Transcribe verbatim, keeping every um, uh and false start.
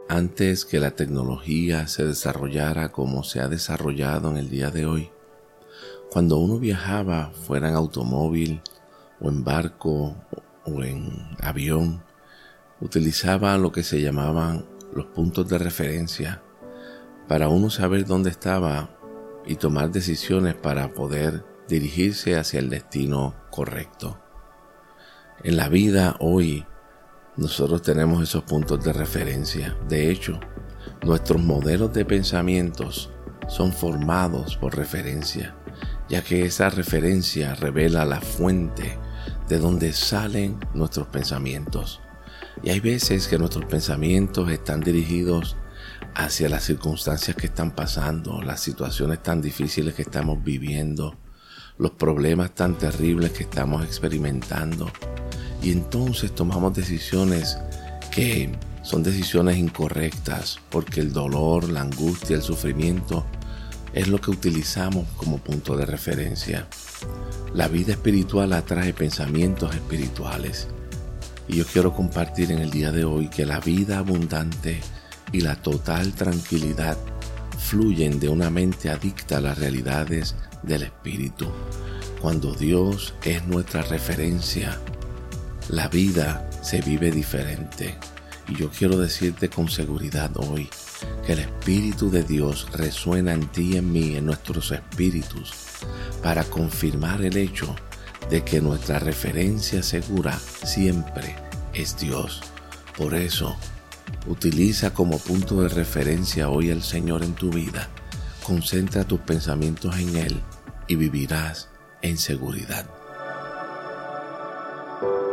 Antes que la tecnología se desarrollara como se ha desarrollado en el día de hoy, cuando uno viajaba fuera en automóvil o en barco o en avión, utilizaba lo que se llamaban los puntos de referencia para uno saber dónde estaba y tomar decisiones para poder dirigirse hacia el destino correcto. En la vida hoy, nosotros tenemos esos puntos de referencia. De hecho, nuestros modelos de pensamientos son formados por referencia, ya que esa referencia revela la fuente de donde salen nuestros pensamientos. Y hay veces que nuestros pensamientos están dirigidos hacia las circunstancias que están pasando, las situaciones tan difíciles que estamos viviendo, los problemas tan terribles que estamos experimentando. Y entonces tomamos decisiones que son decisiones incorrectas, porque el dolor, la angustia, el sufrimiento es lo que utilizamos como punto de referencia. La vida espiritual atrae pensamientos espirituales. Y yo quiero compartir en el día de hoy que la vida abundante y la total tranquilidad fluyen de una mente adicta a las realidades del espíritu. Cuando Dios es nuestra referencia, la vida se vive diferente. Y yo quiero decirte con seguridad hoy que el Espíritu de Dios resuena en ti y en mí, en nuestros espíritus, para confirmar el hecho de que nuestra referencia segura siempre es Dios. Por eso, utiliza como punto de referencia hoy al Señor en tu vida. Concentra tus pensamientos en Él y vivirás en seguridad.